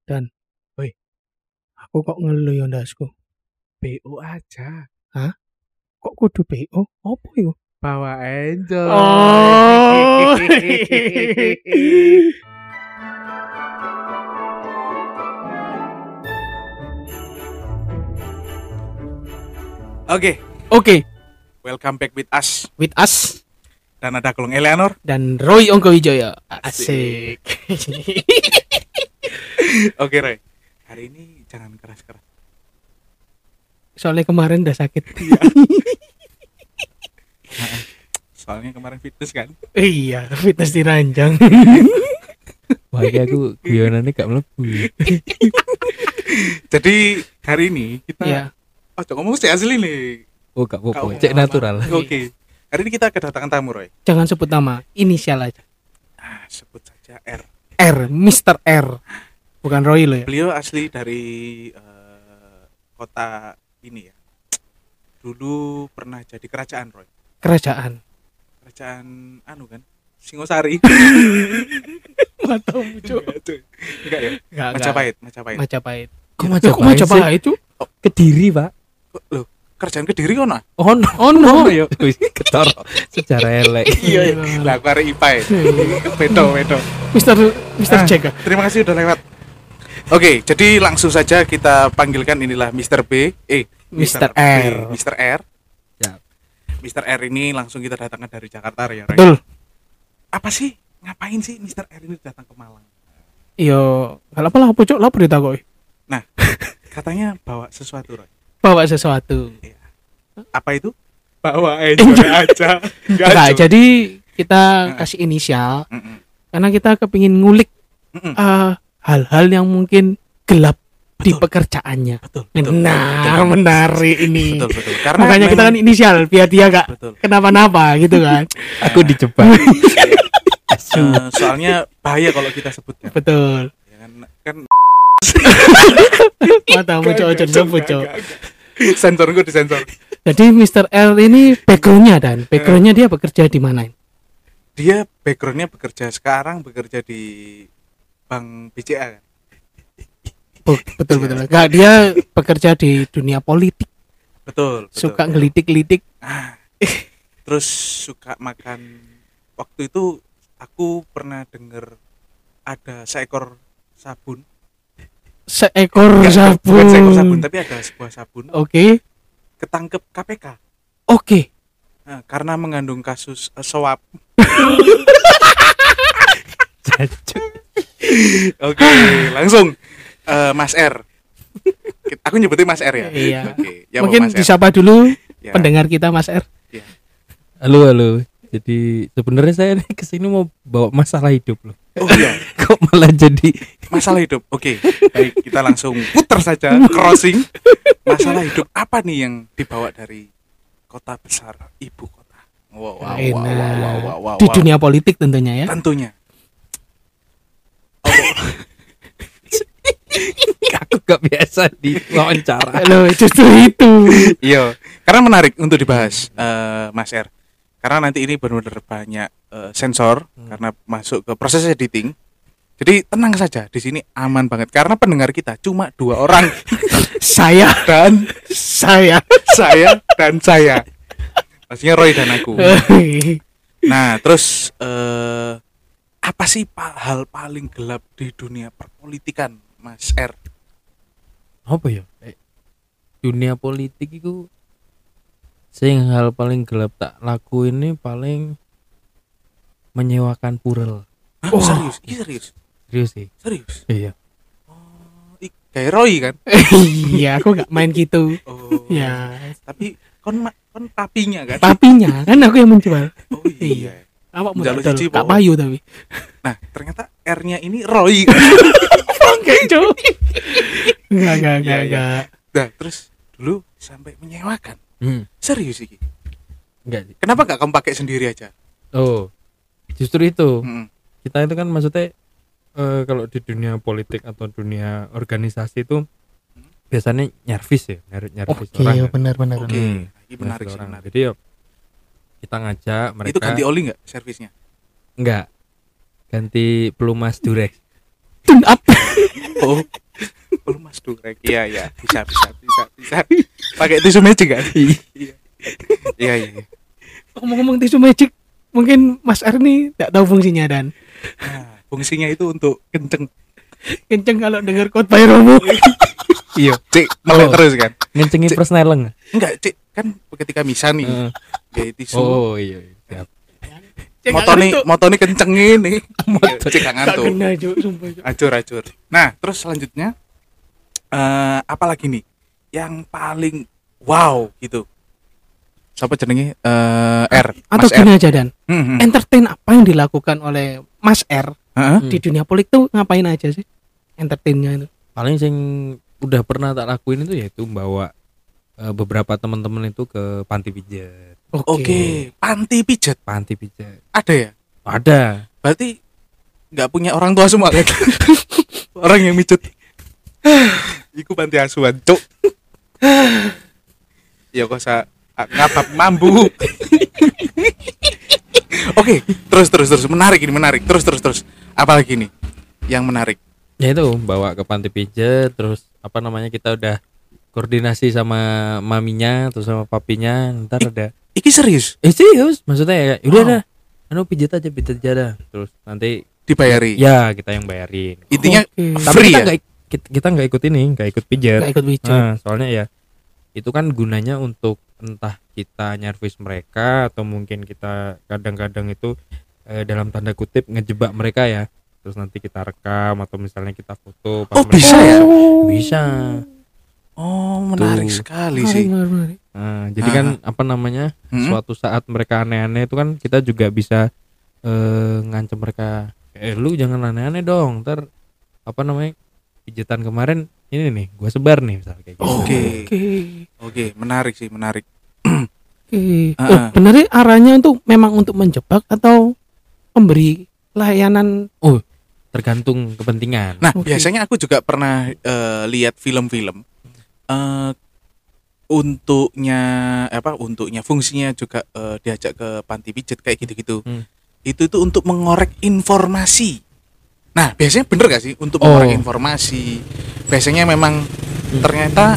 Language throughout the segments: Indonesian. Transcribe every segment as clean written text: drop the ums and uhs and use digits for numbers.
Dan, Woi. aku kok ngeluh ya ndasku. BO aja. Kok kudu PO? Apa yo? Bawa enjoy. Oh. Oke, Welcome back with us. with us Dan ada Kelung Eleanor. dan Roy Ongko Wijoyo. Asik. Oke, Roy. Hari ini jangan keras-keras. Soalnya kemarin udah sakit. Soalnya kemarin fitness kan. Iya, fitness diranjang. Wah, iki aku guyonane gak mlebu. Jadi hari ini kita Iya. ngomong sih asli nih. Oh, gak Kau apa-apa, cek lama. natural. Oke. Hari ini kita kedatangan tamu, Roy. Jangan sebut nama, inisial aja. Sebut saja R. R, Mr. R. Bukan Roy lo ya. Beliau asli dari kota ini ya. Dulu pernah jadi kerajaan, Roy. Kerajaan. Kerajaan kan? Singosari. Mantap, Cuk. Enggak ya? Enggak. Majapahit. Majapahit. Kok Kok Majapahit itu? Kediri, Pak. Loh, kerjaan Kediri kono? Oh no. Oh no. Ya wis ketor sejarah elek. Iya. Lah aku arek IPA ya. Bedo. Mr. Jack. Terima kasih udah lewat. Oke, jadi langsung saja kita panggilkan inilah Mr. B. Mr. B, R. Mr. R. Ya. Mr. R ini langsung kita datangkan dari Jakarta ya, Roy. Betul. Apa sih? Ngapain sih Mr. R ini datang ke Malang? Yo, kalau apa lah pojok lah berita kok. Nah, katanya bawa sesuatu, Roy. Bawa sesuatu. Apa itu? Bawa aja. Enggak, jadi kita kasih inisial Mm-mm. karena kita kepingin ngulik Mm-mm. hal-hal yang mungkin gelap di Betul. pekerjaannya. Betul. Nah, menarik ini. Betul. Karena Makanya kita kan memang- inisial biar dia gak betul. kenapa-napa gitu kan. Aku dijebak. Asu. Soalnya bahaya kalau kita sebutkan. Betul. Ya kan Matamu cocok sebut cok. sensor gue disensor. Jadi Mr. R ini backgroundnya dia bekerja di mana? Dia backgroundnya bekerja di Bank BCA kan? Betul. Enggak, dia bekerja di dunia politik, Betul. suka ngelitik-ngelitik. Terus suka makan. Waktu itu aku pernah dengar ada seekor sabun. Seekor Bukan sabun. seekor sabun, tapi ada sebuah sabun Oke. ketangkep KPK. Oke. Nah, karena mengandung kasus suap. Oke, langsung Mas R. Aku nyebutin Mas R ya. Iya. Oke, ya Mungkin Mas R. disapa dulu Ya. pendengar kita Mas R. Halo. Jadi sebenarnya saya ini kesini mau bawa masalah hidup loh. Oh iya, Kok malah jadi masalah hidup. Oke, baik, kita langsung putar saja crossing. Masalah hidup apa nih yang dibawa dari kota besar, ibu kota? Wow. Enak. Di dunia politik tentunya ya. Tentunya. aku gak biasa di wawancara. Loh, justru itu. Iya, karena menarik untuk dibahas, Mas R. Karena nanti ini benar-benar banyak sensor karena masuk ke proses editing. Jadi tenang saja, di sini aman banget karena pendengar kita cuma 2 orang Saya dan saya. saya dan saya. Maksudnya Roy dan aku. Nah, terus apa sih hal paling gelap di dunia perpolitikan, Mas R? Apa ya? Dunia politik itu sing hal paling gelap tak laku ini paling menyewakan purel. Hah, Wah. serius? Iya serius. Serius sih. Serius. Iya. Kayak Roy kan? Iya, aku nggak main gitu. Oh. Ya, Tapi kon papinya kan? papinya kan aku yang menjual. Oh iya. Apa mau Njaluk dodol? siji, Kak Po. payu tapi. Nah, ternyata R-nya ini Roy. Oke, Cuk. Enggak. Iya. Nah, terus dulu sampai menyewakan. Serius sih. Enggak sih. Kenapa nggak kamu pakai sendiri aja? Oh. Justru itu. Mm-mm. Kita itu kan maksudnya kalau di dunia politik atau dunia organisasi itu biasanya nyervis ya, nyervis Oke, orang. benar. Oke. Ini Nyervis menarik sih, orang. menarik. Jadi ya kita ngajak mereka. Itu ganti oli nggak servisnya? Enggak. Ganti pelumas Durex. Tune up. Oh, Iya, iya, bisa. Pakai tisu magic kan? Iya. Iya. Ngomong-ngomong tisu magic, mungkin Mas R nih tidak tahu fungsinya dan Nah, fungsinya itu untuk kenceng. kenceng kalau dengar khotbah Romo. Iya. Cik, melek Oh. terus kan? Ngencengin Cik. persneleng. Enggak, Cik, kan ketika misa nih, Heeh. kayak tisu. Oh iya. Siap. Cek Motone kenceng ini. Cik gak gak ngantuk. kena Cuk, sumpah Cuk. Acur. Nah, terus selanjutnya apa lagi nih yang paling wow gitu? Siapa jenenge? R. Atau Mas gini R. aja dan entertain apa yang dilakukan oleh Mas R Heeh. di dunia politik tuh ngapain aja sih entertainnya itu? Paling sing udah pernah tak lakuin itu yaitu bawa beberapa teman-teman itu ke panti pijat. Oke, panti pijat Panti pijat. ada ya? Ada. Berarti nggak punya orang tua semua kan? Orang yang mijet. Iku panti asuhan, Cuk. Ya kok ngapa mambu. Oke, terus menarik ini menarik. Terus. Apalagi nih yang menarik? Ya itu bawa ke panti pijat, terus apa namanya, kita udah koordinasi sama maminya terus sama papinya, ntar ada Iki serius serius maksudnya ya udah Oh. dah pijat aja dah, terus nanti dibayari. ya kita yang bayarin. Intinya Oke. Tapi free kita ya? nggak kita nggak ikut ini, nggak ikut pijat. Gak ikut pijat. Nah, soalnya ya itu kan gunanya untuk entah kita nyervis mereka atau mungkin kita kadang-kadang itu dalam tanda kutip ngejebak mereka ya, terus nanti kita rekam atau misalnya kita foto pas Oh, mereka- bisa ya? bisa. Oh, menarik Tuh. sekali sih. Menarik. Nah, jadi kan apa namanya, Hmm? suatu saat mereka aneh-aneh itu kan kita juga bisa ngancem mereka, lu jangan aneh-aneh dong, ntar apa namanya, pijatan kemarin ini nih gua sebar nih misalnya kayak gitu. Oke. Oke. Menarik sih, menarik. Oke. Ah. Benar arahnya untuk memang untuk menjebak atau memberi layanan. Tergantung kepentingan. Nah, Oke. biasanya aku juga pernah lihat film-film untuknya fungsinya juga diajak ke panti pijat kayak gitu-gitu. Itu tuh untuk mengorek informasi. Nah, biasanya bener gak sih untuk mengorek informasi? Biasanya memang ternyata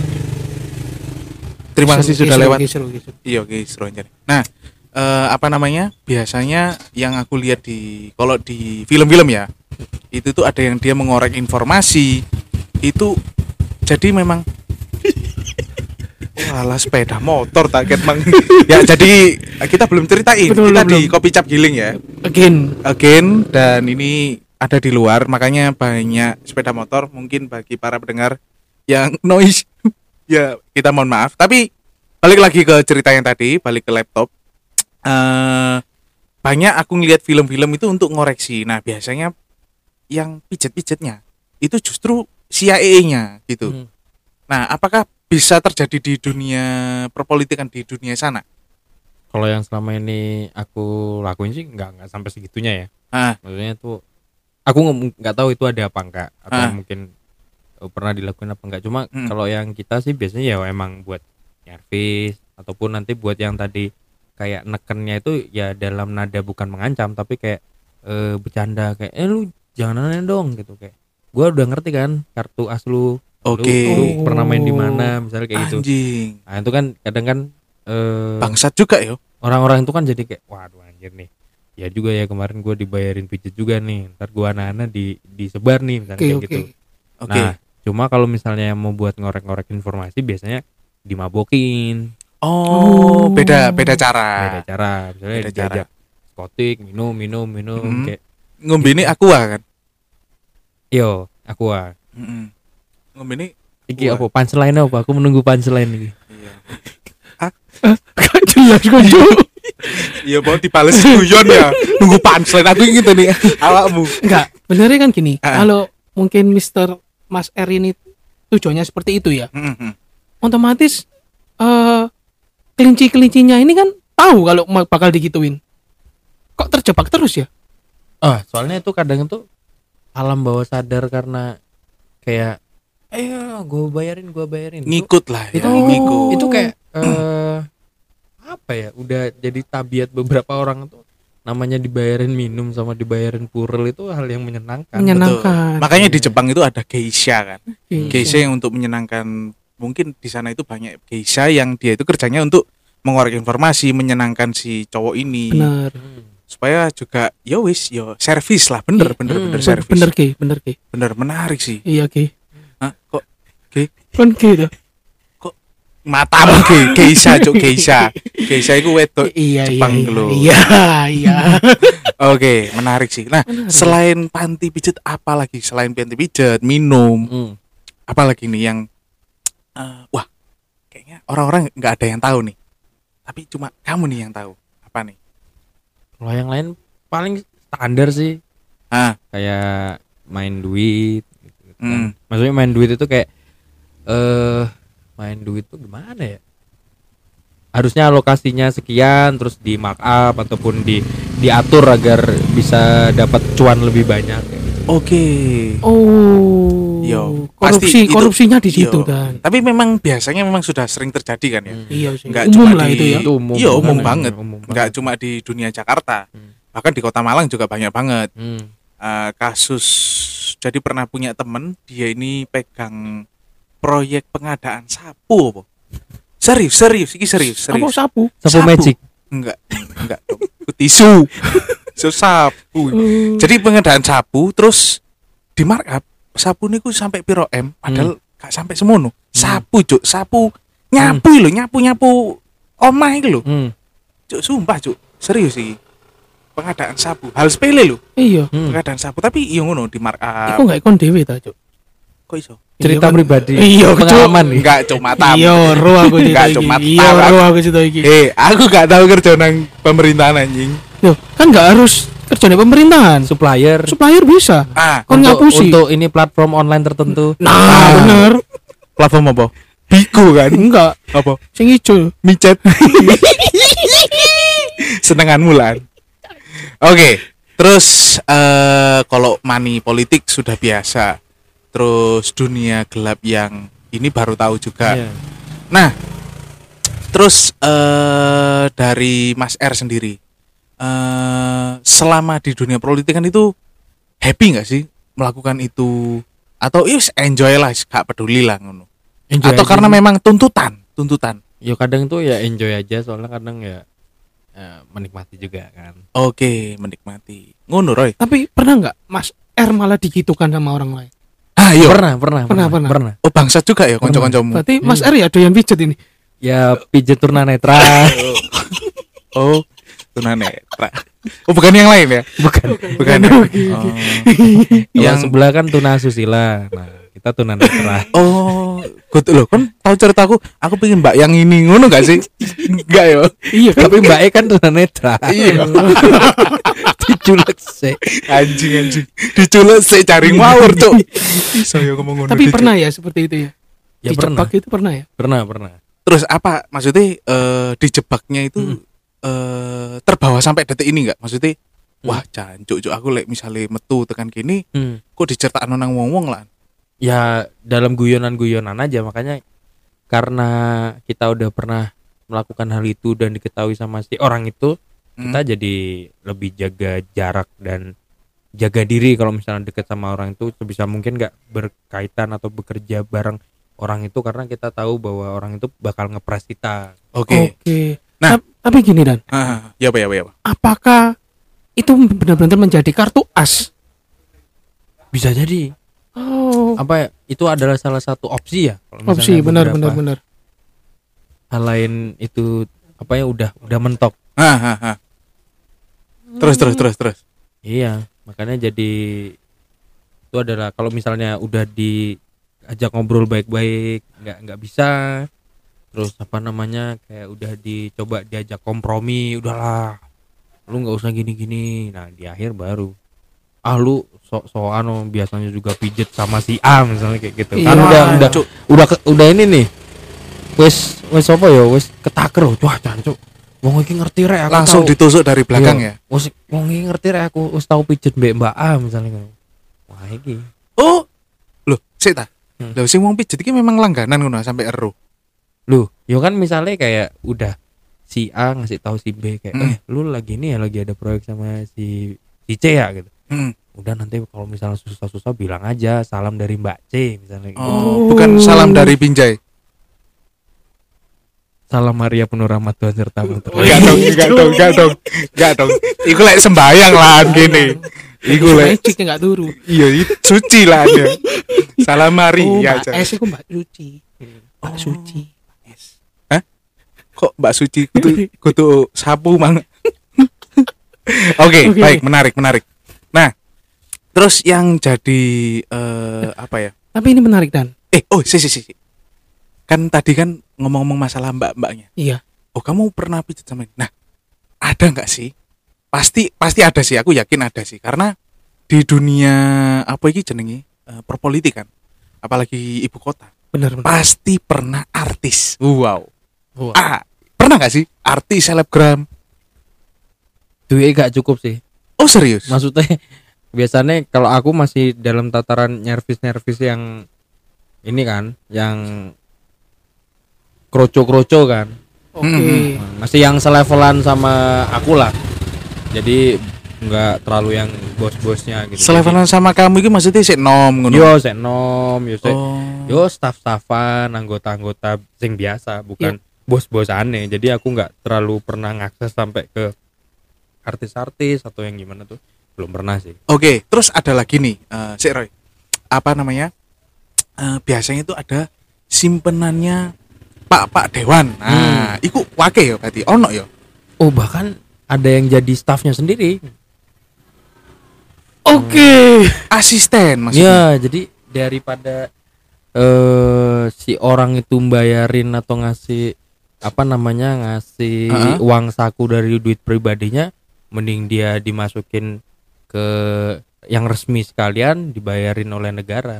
terima kasih sudah lewat. Seru. Iya, oke, seru aja. Nah, apa namanya? Biasanya yang aku lihat kalau di film-film ya, itu tuh ada yang dia mengorek informasi. Itu jadi memang walah sepeda motor target mang. Ya, jadi kita belum ceritain. Betul, Kita belum. di Kopi Cap Giling ya. Again dan ini ada di luar, makanya banyak sepeda motor mungkin bagi para pendengar yang noise. Ya, kita mohon maaf. Tapi balik lagi ke cerita yang tadi, balik ke laptop. Banyak aku ngeliat film-film itu untuk ngoreksi. Nah, biasanya yang pijet-pijetnya itu justru CIA-nya gitu. Nah, apakah bisa terjadi di dunia perpolitikan di dunia sana? Kalau yang selama ini aku lakuin sih nggak sampai segitunya ya. Maksudnya tuh aku nggak tahu itu ada apa enggak atau mungkin pernah dilakuin apa enggak. Cuma kalau yang kita sih biasanya ya emang buat nyervis ataupun nanti buat yang tadi kayak nekennya itu ya dalam nada bukan mengancam tapi kayak bercanda kayak lu jangan aneh dong gitu, kayak gua udah ngerti kan kartu as lu. Oke. Lu pernah main di mana misalnya kayak gitu. Anjing. Nah, itu kan kadang kan Bangsat juga yo. orang-orang itu kan jadi kayak waduh anjir nih. Ya juga ya kemarin gua dibayarin pijat juga nih. Ntar gua anak-anak disebar nih misalnya kayak gitu. Oke. Nah, cuma kalau misalnya mau buat ngorek-ngorek informasi biasanya dimabokin. Oh, beda cara. Beda cara. Misalnya Beda cara. diajak skotik, minum kayak Ngombe ini aqua kan? yo, aqua. Ngombe ini Iki apa punchline apa? Aku menunggu punchline iki. iya. Gak jelas kok Cuk. Iya, mau dibales guyon ya. Nunggu punchline aku gitu nih awakmu. Enggak, benernya kan gini. Ah. Kalau mungkin Mr. Mas R ini tujuannya seperti itu ya. Mm-mm. Otomatis kelinci-kelincinya ini kan tahu kalau bakal digituin. Kok terjebak terus ya? Soalnya itu kadang tuh alam bawah sadar karena kayak ayo gue bayarin. Ngikut lah ya, Itu ngikut. itu kayak apa ya? Udah jadi tabiat beberapa orang tuh namanya dibayarin minum sama dibayarin purel itu hal yang menyenangkan. Menyenangkan. Betul. Makanya di Jepang itu ada geisha kan. Geisha. Geisha yang untuk menyenangkan, mungkin di sana itu banyak geisha yang dia itu kerjanya untuk mengeluarkan informasi, menyenangkan si cowok ini. Benar. Supaya juga ya wis yo servis lah, bener servis. Bener Ki. Bener, menarik sih. Iya Ki. Hah, kok Ki? Kan gitu. Matamu geisha cuk, geisha itu wedok Jepang lho. Iya. Oke, menarik sih. Nah, selain panti pijat apa lagi? Selain panti pijat, minum, apa lagi nih yang wah, kayaknya orang-orang nggak ada yang tahu nih. Tapi cuma kamu nih yang tahu. Apa nih? Kalau yang lain paling standar sih. Kayak main duit gitu kan. Maksudnya main duit itu kayak main duit tuh gimana ya? Harusnya alokasinya sekian, terus di markup ataupun diatur agar bisa dapat cuan lebih banyak kayak gitu. Oke. Oh. Yo, korupsinya di situ kan. Tapi memang biasanya memang sudah sering terjadi kan ya. Iya sih. Nggak Umum cuma lah di, itu ya. Iya, umum banget. Nggak cuma di dunia Jakarta. Bahkan di Kota Malang juga banyak banget. Kasus. Jadi pernah punya temen, dia ini pegang proyek pengadaan sapu apa? Serius. Apa sapu? Sapu magic. Enggak dong. Tisu. Sapu. Jadi pengadaan sapu terus di markup sapu niku sampai piro M padahal gak sampai semono. Sapu, Cuk. Sapu nyapu lho, nyapu omah iki lho. Cuk, sumpah, Cuk. Serius sih. Pengadaan sapu. Hal sepele lho. Iya. Pengadaan sapu tapi iya ngono di markup. Iku gak ikon dhewe ta, Cuk. Kok iso? Cerita pribadi. Iya, pengalaman nih. Enggak cuma tamu. Iya, ro aku cerita Enggak iki. cuma Iya, ro aku cerita iki. Aku gak tahu kerja nang pemerintahan anjing. Loh, kan gak harus kerja di pemerintahan. Supplier Bisa. Kon ngapusi. Untuk ini platform online tertentu. Nah, bener. Platform apa? Bigo kan? Enggak. Apa? Sing ijo. Micet. Senenganmu lan. Oke. Terus kalau money politik sudah biasa. Terus dunia gelap yang ini baru tahu juga. Yeah. Nah, terus dari Mas R sendiri, selama di dunia politik kan itu happy nggak sih melakukan itu? Atau enjoy lah, gak peduli lah ngono. Atau karena memang tuntutan? Ya kadang tuh ya enjoy aja, soalnya kadang ya menikmati juga kan. Oke, menikmati. Ngono Roy. Tapi pernah nggak Mas R malah digitukan sama orang lain? Iya. Pernah. Oh, bangsat juga ya kanca-kancamu. Berarti Mas R ya doyan pijet ini. Ya pijet tunanetra. Oh, tunanetra. Oh, bukan yang lain ya? Bukan. Yang sebelah kan tunasusila. Nah, kita tunanetra. Oh, good loh. Kan tahu cerita aku pengen mbak yang ini ngono gak sih? Enggak ya. Iya, tapi mbak E kan tunanetra. Iya. Diculek sih. Anjing. Diculek sih cari ngawur, Cuk. Saya ngomong ngono. Tapi pernah ya seperti itu ya? Ya Dijebak itu pernah ya? Pernah. Terus apa maksudnya dijebaknya itu terbawa sampai detik ini enggak? Maksudnya wah, jancuk aku lek misale metu tekan kini kok dicertakno nang wong-wong lah. Ya dalam guyonan aja, makanya karena kita udah pernah melakukan hal itu dan diketahui sama si orang itu, kita jadi lebih jaga jarak dan jaga diri kalau misalnya deket sama orang itu sebisa mungkin nggak berkaitan atau bekerja bareng orang itu, karena kita tahu bahwa orang itu bakal ngepres kita. Oke. Nah, tapi gini Dan. Ya apa. Apakah itu benar-benar menjadi kartu as? Bisa jadi. Oh. Apa ya? Itu adalah salah satu opsi ya. Opsi benar. Hal lain itu apa ya udah mentok. Terus. Iya, makanya jadi itu adalah kalau misalnya udah diajak ngobrol baik-baik nggak bisa, terus apa namanya kayak udah dicoba diajak kompromi, udahlah lu nggak usah gini-gini, nah di akhir baru lu soan biasanya juga pijet sama si A misalnya kayak gitu. Iya, kan udah ini nih wes apa ya wes ketaker wah jancuk wong iki ngerti rek aku langsung tahu. Ditusuk dari belakang ya. Wes wong iki ngerti rek aku wis tau pijet Mbak A misalnya. Wah iki. Oh. Loh, sik ta. Lho sing wong pijet iki memang langganan ngono sampai ero. Loh, yo kan misalnya kayak udah si A ngasih tahu si B kayak lu lagi nih ya, lagi ada proyek sama si C ya gitu. Udah nanti kalau misalnya susah-susah bilang aja salam dari Mbak C misalnya gitu. Bukan salam dari Binjai. Salam Maria penuh rahmat Tuhan sertamu. Enggak dong. Iku lek sembayang lah gini. Iku lek enggak turu. Iya, suci lah dia. Salam Maria aja. Es iku Mbak Suci. Mbak Suci. Hah? Kok Mbak Suci kudu sapu mang. Oke, baik, menarik. Nah, terus yang jadi apa ya? Tapi ini menarik Dan. Si. Kan tadi kan ngomong-ngomong masalah mbak-mbaknya. Iya. Oh, kamu pernah pijat sama ini? Nah, ada nggak sih? Pasti ada sih, aku yakin ada sih. Karena di dunia apa iki jenenge perpolitik kan, apalagi ibu kota. Bener. Pasti pernah artis. Wow. Pernah nggak sih artis selebgram? Duit gak cukup sih. Oh serius? Maksudnya biasanya kalau aku masih dalam tataran nyervis yang ini kan, yang kroco kan. Oke. Masih yang selevelan sama aku lah. Jadi nggak terlalu yang bos-bosnya gitu. Selevelan sama kamu itu maksudnya sik nom ngono. Yo sik nom, yo staff-staffan, anggota-anggota sing biasa, bukan bos-bosane. Jadi aku nggak terlalu pernah ngakses sampai ke artis-artis atau yang gimana tuh. Belum pernah sih. Oke, terus ada lagi nih, Sik Roy. Apa namanya? Biasanya itu ada simpenannya Pak Dewan. Nah, iku wake ya berarti ono ya. Oh, bahkan ada yang jadi staffnya sendiri. Oke. Asisten Ya, maksudnya. jadi daripada si orang itu bayarin atau ngasih ngasih uang saku dari duit pribadinya, mending dia dimasukin ke yang resmi sekalian, dibayarin oleh negara.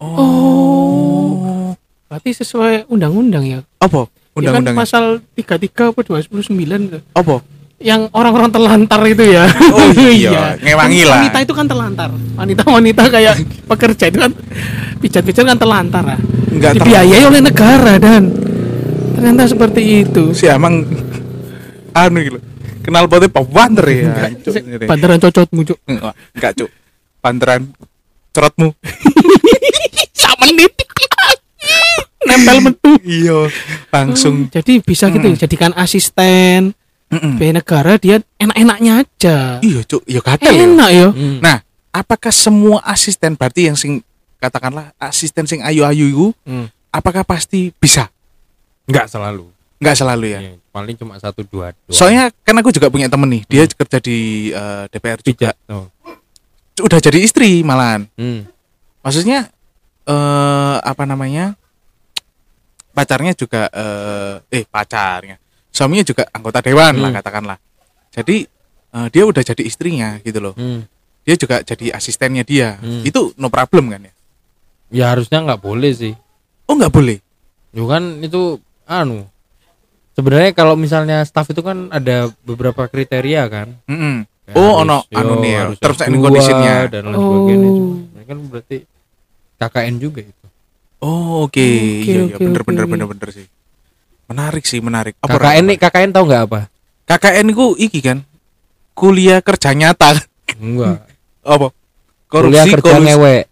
Oh. Berarti sesuai undang-undang ya? Apa? Undang-undang. Ya kan pasal 33 apa 219 tuh. Apa? Yang orang-orang terlantar itu ya. Oh iya, ngewangi lah. Wanita itu kan terlantar. Wanita kayak pekerja itu kan pijat-pijat kan terlantar lah. Dibiayai oleh negara dan ternyata seperti itu. Si Amang anu gitu. Kenal potnya Pak Banter ya. Banteran cocotmu, Cuk. Enggak, Cuk. Banteran cerotmu. Sak menit. Nempel metu. Iya, langsung. Jadi bisa gitu jadikan asisten. Biaya negara dia enak-enaknya aja. Iya, Cuk. Ya kadang enak ya. Nah, apakah semua asisten berarti yang sing katakanlah asisten sing ayu-ayu itu apakah pasti bisa? Enggak selalu ya. Paling cuma 1-2. Soalnya kan aku juga punya temen nih, dia kerja di DPR juga. Udah jadi istri malahan. Maksudnya apa namanya? Pacarnya juga pacarnya. Suaminya juga anggota dewan lah katakanlah. Jadi dia udah jadi istrinya gitu loh. Dia juga jadi asistennya dia. Itu no problem kan ya? Ya harusnya nggak boleh sih. Oh nggak boleh? Ya kan itu sebenarnya kalau misalnya staff itu kan ada beberapa kriteria kan. Ono nih ya, terus ini kondisinya dan lain sebagainya. Ini kan berarti KKN juga itu. Oh oke. Iya bener sih. Menarik. KKN tahu nggak apa? KKN itu iki kan kuliah kerja nyata. Enggak. Apa? Kuliah kerja ngewe.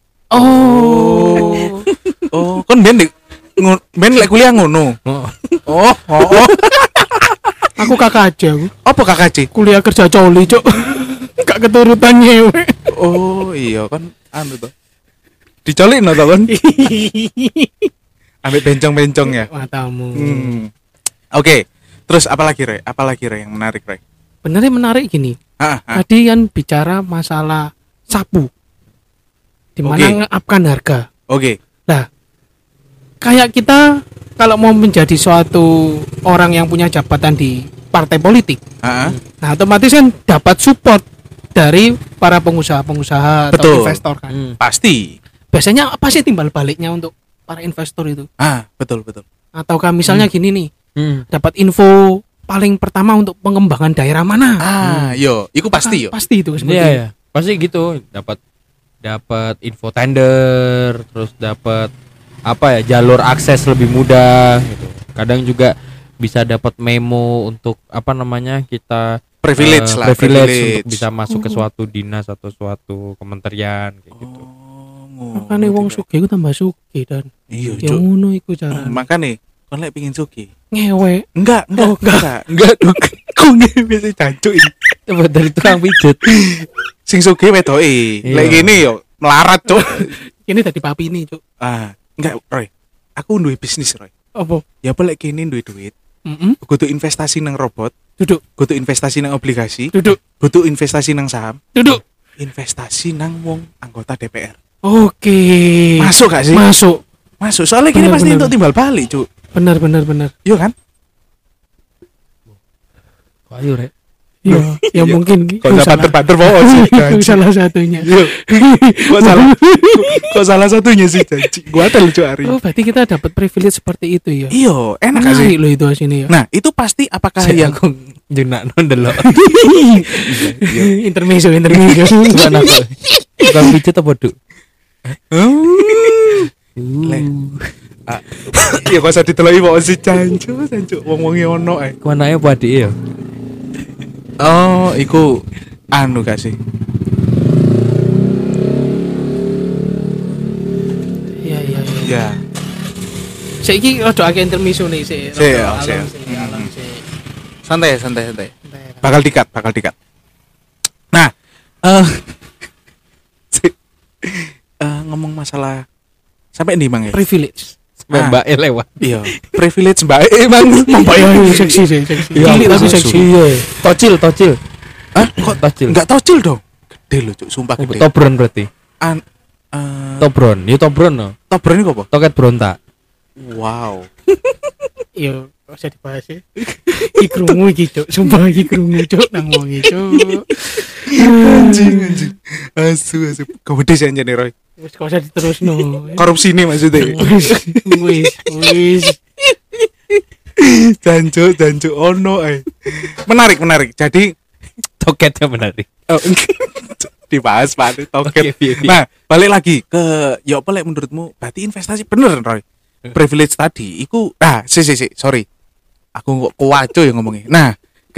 Oh, kan ben lek kuliah ngono. Oh. Aku kakak aja aku. Apa KKC? Kuliah kerja coli, Cuk. Gak keturutan nyewe. Oh, iya kan anu to. Dicolin to kan? Ambil bencong-bencong ya. Matamu. Oke. Terus apalagi Re yang menarik, Re? Benernya menarik gini. Tadi kan bicara masalah sapu. Di mana ngeupkan harga. Oke. Nah, kayak kita kalau mau menjadi suatu orang yang punya jabatan di partai politik, nah otomatis kan dapat support dari para pengusaha atau investor kan. Pasti. Biasanya apa sih timbal baliknya untuk para investor itu? Betul. Ataukah misalnya gini nih, dapat info paling pertama untuk pengembangan daerah mana? Itu pasti yo. Pasti itu seperti itu. Pasti gitu, dapat info tender, terus dapat jalur akses lebih mudah gitu. Kadang juga bisa dapat memo untuk apa namanya kita privilege lah, privilege untuk bisa masuk ke suatu dinas atau suatu kementerian kayak gitu. Makane wong sugih iku tambah sugih dan iya ya ngono iku carane. Makane kon lek pengin sugih Ngewe. enggak dong. Kok ngewe sih jancuk iki. Coba dari tukang pijet. Sing sugih wedoke. Lek ngene yo melarat, Cuk. Ini tadi papi ini, Cuk. Enggak, Roy. Aku duwe bisnis, Roy. Apa? Ya apa lek kene duwe duit. Kudu investasi nang robot, duduk. Kudu investasi nang obligasi, duduk. Kudu investasi nang saham, duduk. Investasi nang wong anggota DPR. Oke. Masuk gak sih? Masuk. Soalnya kini pasti untuk timbal balik, Cuk. Benar. Iya kan? Ayo, Rek. Ya mungkin kok banter-banter bawa sih. Salah satunya. Kok salah satunya sih, janji. Gua ada lucu hari. Oh, berarti kita dapat privilege seperti itu ya. Iya, enak gak sih? Lo itu sini ya. Nah, itu pasti apakah yang aku junak ndelok. Intermezzo. Gimana kok? Tukang pijet apa, Duk? Ya kok usah diteloki kok si jancuk wong-wonge ono ae. Kuanake apa adike ya? Oh, iku anu gak sih? Iya. Saiki rada akeh intermezzo nih sih. Santai. Bakal dikat. Nah, ngomong masalah sampai nih Mang ya. Privilege. Mbak lewat. Iya, privilege Mbak Mang. Mbak ya seksi. Cilik tapi seksi. Tocil. Kok tocil? Enggak tocil dong. Gede loh, Cuk, sumpah gede. Tobron berarti. Tobron. Ya Tobron no. Tobron itu apa? Toket berontak. Wow. Iya, kok usah dibahas ya. Iki krungu iki, Cuk. Sumpah iki krungu, Cuk, nang wong iki, Cuk. Anjing. Asu. Gede sih anjene, Roy. Wis kok usah diterusno. Korupsi nih maksudnya. Wis. Jancuk ono ae. Menarik. Jadi toketnya menarik. Dibahas Pak toket. Nah, balik lagi ke ya apa lek menurutmu berarti investasi bener Roy. Privilege tadi iku sorry. Aku kok kuwaco yang ngomongnya. Nah,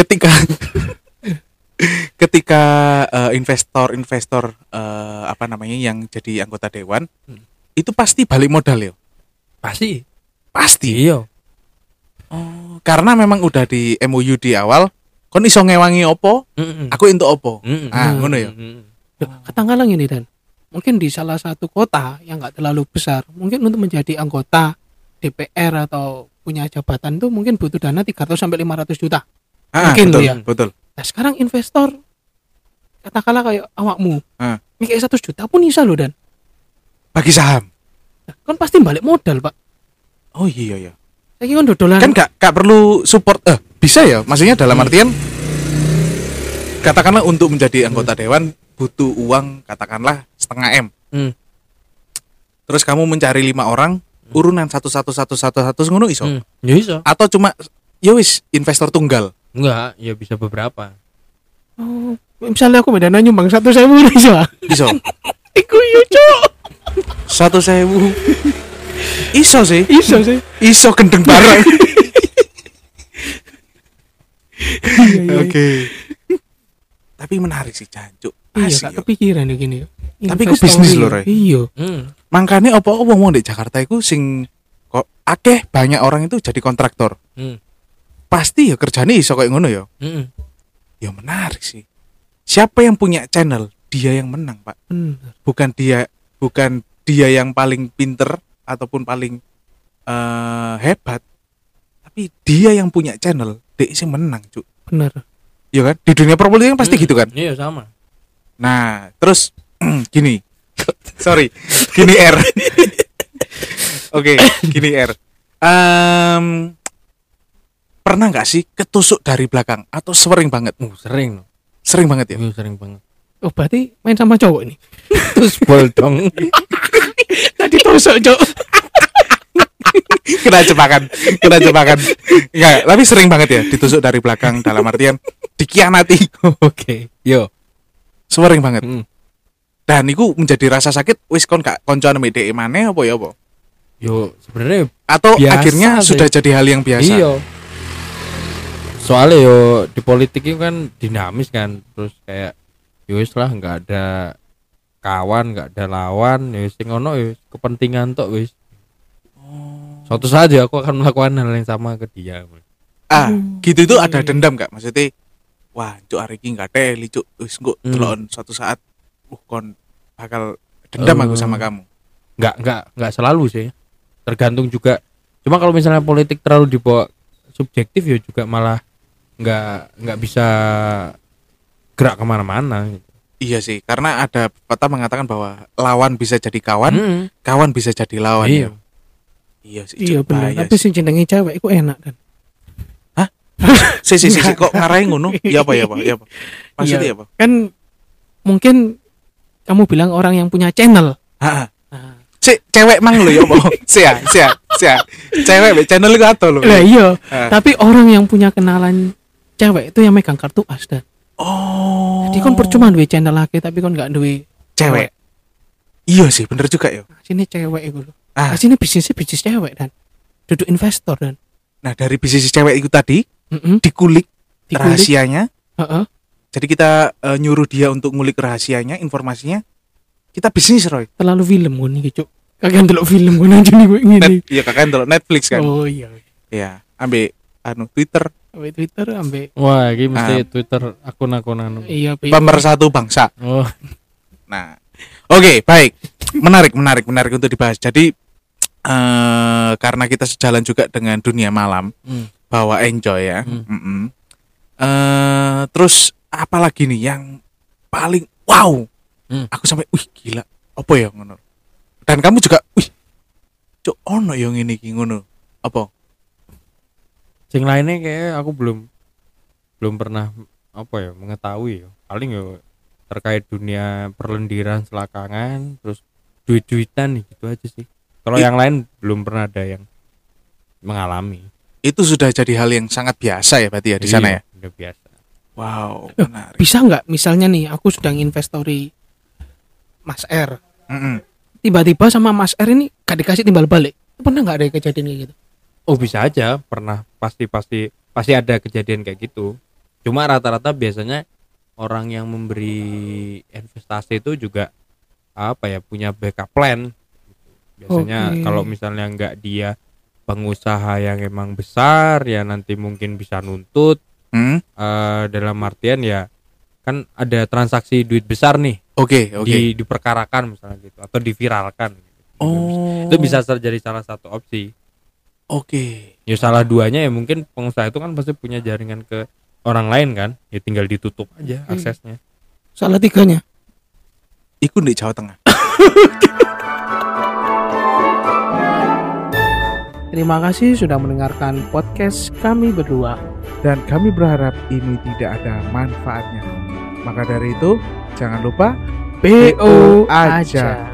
ketika investor apa namanya yang jadi anggota dewan itu pasti balik modal ya. Pasti. Iya. Oh, karena memang udah di MOU di awal kon iso ngewangi opo, aku entuk opo. Ngono ya. Katakanlah ini dan mungkin di salah satu kota yang enggak terlalu besar, mungkin untuk menjadi anggota DPR atau punya jabatan tuh mungkin butuh dana 300 sampai 500 juta. Mungkin betul, ya. Betul. Nah, sekarang investor katakanlah kayak awakmu. Mikir 100 juta pun bisa loh dan bagi saham. Nah, kan pasti balik modal, Pak. Oh iya. Lagi kan dodolan. Kan gak perlu support. Bisa ya? Maksudnya dalam artian katakanlah untuk menjadi anggota dewan butuh uang katakanlah 0,5 M. Terus kamu mencari 5 orang, urunan satu ngono iso. Ya iso. Atau cuma ya wis investor tunggal. Enggak, ya bisa beberapa. Oh, misalnya aku medana nyumbang 1.000 iso. Iso. Iku yo, Cuk. 1.000. Iso sih. Iso gendeng bareng. Oke. Tapi menarik sih jancuk. Iya, gak kepikiran ya gini. Tapi ku bisnis lho, Roy. Iya. Makanya apa wong di Jakarta iku sing kok akeh banyak orang itu jadi kontraktor. Pasti ya kerjane iso kayak ngono ya. Ya menarik sih. Siapa yang punya channel, dia yang menang, Pak. Bukan dia yang paling pinter ataupun paling hebat. Tapi dia yang punya channel, dia sih menang, Cuk. Bener. Iya kan? Di dunia properti kan pasti gitu kan? Iya, sama. Nah, terus gini. Sorry, gini R. Oke, gini R. Pernah nggak sih ketusuk dari belakang atau sering banget? Sering. Sering banget ya? Sering banget. Oh, berarti main sama cowok ini. Terus bol dong. Tadi tusuk, Cok. Kena jebakan. Enggak, tapi sering banget ya ditusuk dari belakang dalam artian dikhianati. Oke. Yo. Sering banget. Dan itu menjadi rasa sakit wis kon gak koncoan mbek dhek maneh apa ya apa? Yo, sebenarnya atau akhirnya sih. Sudah jadi hal yang biasa. Iya. Soalnya yo di politik itu kan dinamis kan, terus kayak yo wis lah nggak ada kawan, nggak ada lawan, ya sing ono ya kepentingan tok wis. Suatu saat ya aku akan melakukan hal yang sama ke dia. Gitu itu ada dendam gak? Maksudnya wah cuk hari ini gak teli cuk, wis engko delon suatu saat kon bakal dendam aku sama kamu. Enggak selalu sih. Tergantung juga. Cuma kalau misalnya politik terlalu dibawa subjektif ya juga malah nggak bisa gerak kemana-mana gitu. Iya sih, karena ada pepatah mengatakan bahwa lawan bisa jadi kawan, kawan bisa jadi lawan. Iya. Iya sih. Iya benar. Tapi sing jenenge cewek iku enak kan. Hah? Si kok ngarahin ngono? Iya apa? Maksudnya apa? Kan mungkin kamu bilang orang yang punya channel. Cewek mang lo ya apa? Sia. Cewek channel itu atau lo? Lah iya. Tapi orang yang punya kenalan cewek itu yang megang kartu as dan. Jadi kon percuma duwe channel lagi tapi kon enggak duwe cewek. Iya sih, bener juga ya. Sini cewek itu lho. Sini bisnis cewek dan duduk investor dan. Nah, dari bisnis cewek itu tadi dikulik rahasianya. Jadi kita nyuruh dia untuk ngulik rahasianya, informasinya. Kita bisnis Roy. Terlalu film gue nih cuk. Kagak ndelok film gue aja nih gue ngene. Iya kagak ndelok Netflix kan. Oh iya. Iya, ambek Twitter. Wah, iki mesti Twitter akun-akun Iya, pemersatu bangsa. Oh. Nah. Oke, baik. Menarik untuk dibahas. Jadi karena kita sejalan juga dengan dunia malam, bahwa enjoy ya. Terus apalagi nih yang paling wow. Aku sampai gila apa ya ngono. Dan kamu juga cuk ono yang ini ki ngono. Apa? Sing lainnya kayak aku belum pernah apa ya mengetahui ya. Paling ya terkait dunia perlendiran selakangan, terus duit-duitan nih gitu aja sih. Kalau yang lain belum pernah ada yang mengalami. Itu sudah jadi hal yang sangat biasa ya berarti ya di sana ya. Udah biasa. Wow, menarik. Bisa nggak misalnya nih aku sedang investori Mas R. Tiba-tiba sama Mas R ini gak dikasih timbal balik. Pernah nggak ada kejadian kayak gitu? Oh bisa aja, pernah pasti ada kejadian kayak gitu. Cuma rata-rata biasanya orang yang memberi investasi itu juga apa ya punya backup plan. Biasanya kalau misalnya nggak dia pengusaha yang emang besar ya nanti mungkin bisa nuntut. Dalam artian ya kan ada transaksi duit besar nih. Oke. Diperkarakan misalnya gitu atau diviralkan. Itu bisa jadi salah satu opsi. Oke. Ya salah duanya ya mungkin pengusaha itu kan pasti punya jaringan ke orang lain kan. Ya tinggal ditutup aja aksesnya. Salah tiganya. Ikut di Jawa Tengah. Terima kasih sudah mendengarkan podcast kami berdua. Dan kami berharap ini tidak ada manfaatnya. Maka dari itu, jangan lupa BO aja.